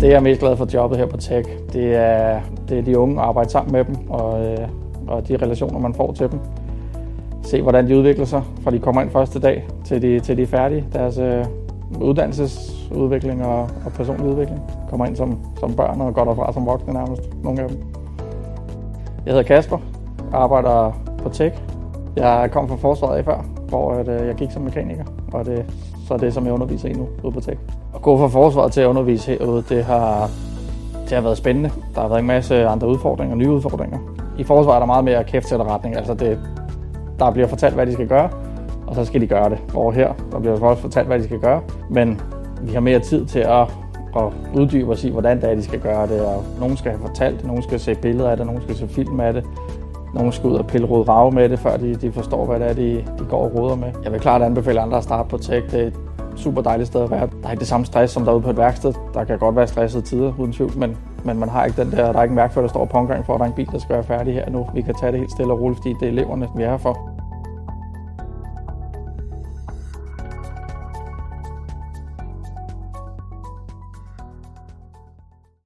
Det jeg er mest glad for jobbet her på Tech, det er de unge, at arbejde sammen med dem, og de relationer, man får til dem. Se, hvordan de udvikler sig, fra de kommer ind første dag, til de er færdige. Deres uddannelsesudvikling og personlig udvikling kommer ind som børn og går derfra som voksne nærmest, nogle af dem. Jeg hedder Kasper, arbejder på Tech. Jeg kom fra forsvaret før, hvor jeg gik som mekaniker, og så er det, som jeg underviser i nu ude på Tech. At gå fra forsvaret til at undervise herude, det har været spændende. Der har været en masse andre udfordringer, nye udfordringer. I forsvaret er der meget mere kæftsætterretning, altså der bliver fortalt, hvad de skal gøre, og så skal de gøre det. Hvor her, der bliver også fortalt, hvad de skal gøre, men vi har mere tid til at uddybe og sige, hvordan det er, de skal gøre det. Og nogen skal have fortalt, nogen skal se billeder af det, nogen skal se film af det. Nogen skal ud og pille rode rave med det, før de forstår, hvad det er, de går og roder med. Jeg vil klart anbefale andre at starte på Tech. Det er et super dejligt sted at være. Der er ikke det samme stress, som der er ude på et værksted. Der kan godt være stressede tider, uden tvivl, men man har ikke der er ikke en værkfører, der står på omgang for, at der er en bil, der skal være færdig her nu. Vi kan tage det helt stille og roligt, fordi det er eleverne, vi er her for.